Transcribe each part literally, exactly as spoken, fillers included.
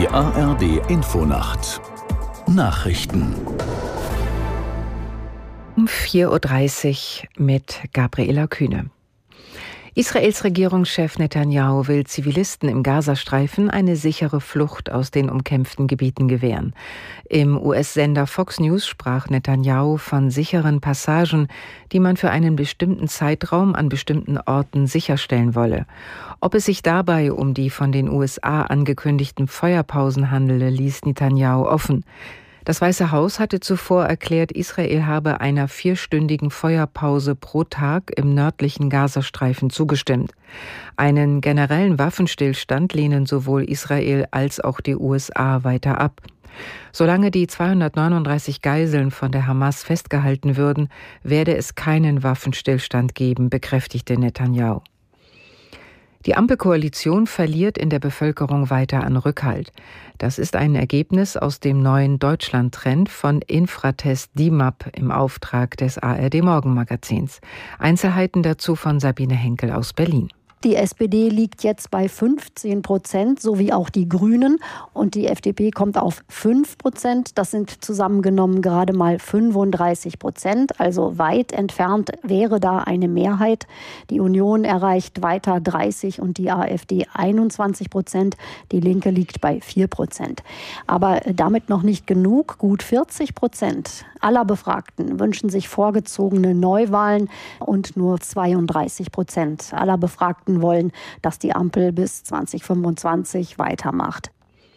A R D Infonacht Nachrichten um vier Uhr dreißig mit Gabriela Kühne. Israels Regierungschef Netanyahu will Zivilisten im Gazastreifen eine sichere Flucht aus den umkämpften Gebieten gewähren. Im U S-Sender Fox News sprach Netanyahu von sicheren Passagen, die man für einen bestimmten Zeitraum an bestimmten Orten sicherstellen wolle. Ob es sich dabei um die von den U S A angekündigten Feuerpausen handele, ließ Netanyahu offen. Das Weiße Haus hatte zuvor erklärt, Israel habe einer vierstündigen Feuerpause pro Tag im nördlichen Gazastreifen zugestimmt. Einen generellen Waffenstillstand lehnen sowohl Israel als auch die U S A weiter ab. Solange die zweihundertneununddreißig Geiseln von der Hamas festgehalten würden, werde es keinen Waffenstillstand geben, bekräftigte Netanyahu. Die Ampelkoalition verliert in der Bevölkerung weiter an Rückhalt. Das ist ein Ergebnis aus dem neuen Deutschland-Trend von Infratest D I M A P im Auftrag des A R D-Morgenmagazins. Einzelheiten dazu von Sabine Henkel aus Berlin. Die S P D liegt jetzt bei fünfzehn Prozent, so wie auch die Grünen. Und die F D P kommt auf fünf Prozent. Das sind zusammengenommen gerade mal fünfunddreißig Prozent. Also weit entfernt wäre da eine Mehrheit. Die Union erreicht weiter dreißig und die AfD einundzwanzig Prozent. Die Linke liegt bei vier Prozent. Aber damit noch nicht genug. Gut vierzig Prozent aller Befragten wünschen sich vorgezogene Neuwahlen und nur zweiunddreißig Prozent aller Befragten wollen, dass die Ampel bis zwanzig fünfundzwanzig weitermacht.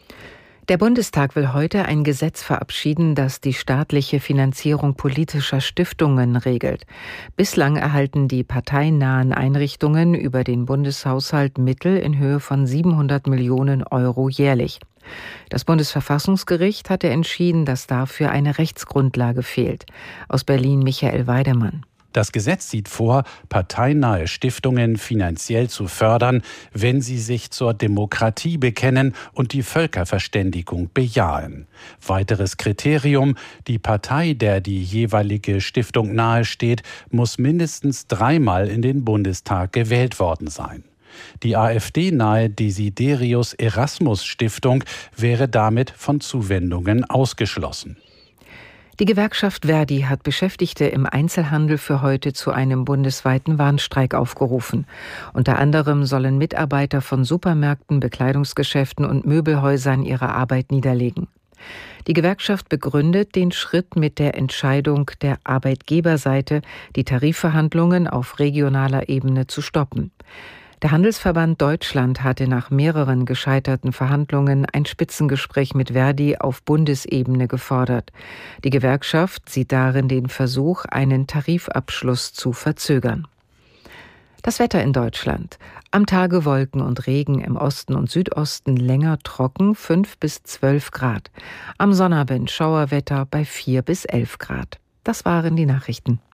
Der Bundestag will heute ein Gesetz verabschieden, das die staatliche Finanzierung politischer Stiftungen regelt. Bislang erhalten die parteinahen Einrichtungen über den Bundeshaushalt Mittel in Höhe von siebenhundert Millionen Euro jährlich. Das Bundesverfassungsgericht hatte entschieden, dass dafür eine Rechtsgrundlage fehlt. Aus Berlin Michael Weidemann. Das Gesetz sieht vor, parteinahe Stiftungen finanziell zu fördern, wenn sie sich zur Demokratie bekennen und die Völkerverständigung bejahen. Weiteres Kriterium: Die Partei, der die jeweilige Stiftung nahesteht, muss mindestens dreimal in den Bundestag gewählt worden sein. Die AfD-nahe Desiderius Erasmus Stiftung wäre damit von Zuwendungen ausgeschlossen. Die Gewerkschaft Verdi hat Beschäftigte im Einzelhandel für heute zu einem bundesweiten Warnstreik aufgerufen. Unter anderem sollen Mitarbeiter von Supermärkten, Bekleidungsgeschäften und Möbelhäusern ihre Arbeit niederlegen. Die Gewerkschaft begründet den Schritt mit der Entscheidung der Arbeitgeberseite, die Tarifverhandlungen auf regionaler Ebene zu stoppen. Der Handelsverband Deutschland hatte nach mehreren gescheiterten Verhandlungen ein Spitzengespräch mit Verdi auf Bundesebene gefordert. Die Gewerkschaft sieht darin den Versuch, einen Tarifabschluss zu verzögern. Das Wetter in Deutschland. Am Tage Wolken und Regen, im Osten und Südosten länger trocken, fünf bis zwölf Grad. Am Sonnabend Schauerwetter bei vier bis elf Grad. Das waren die Nachrichten.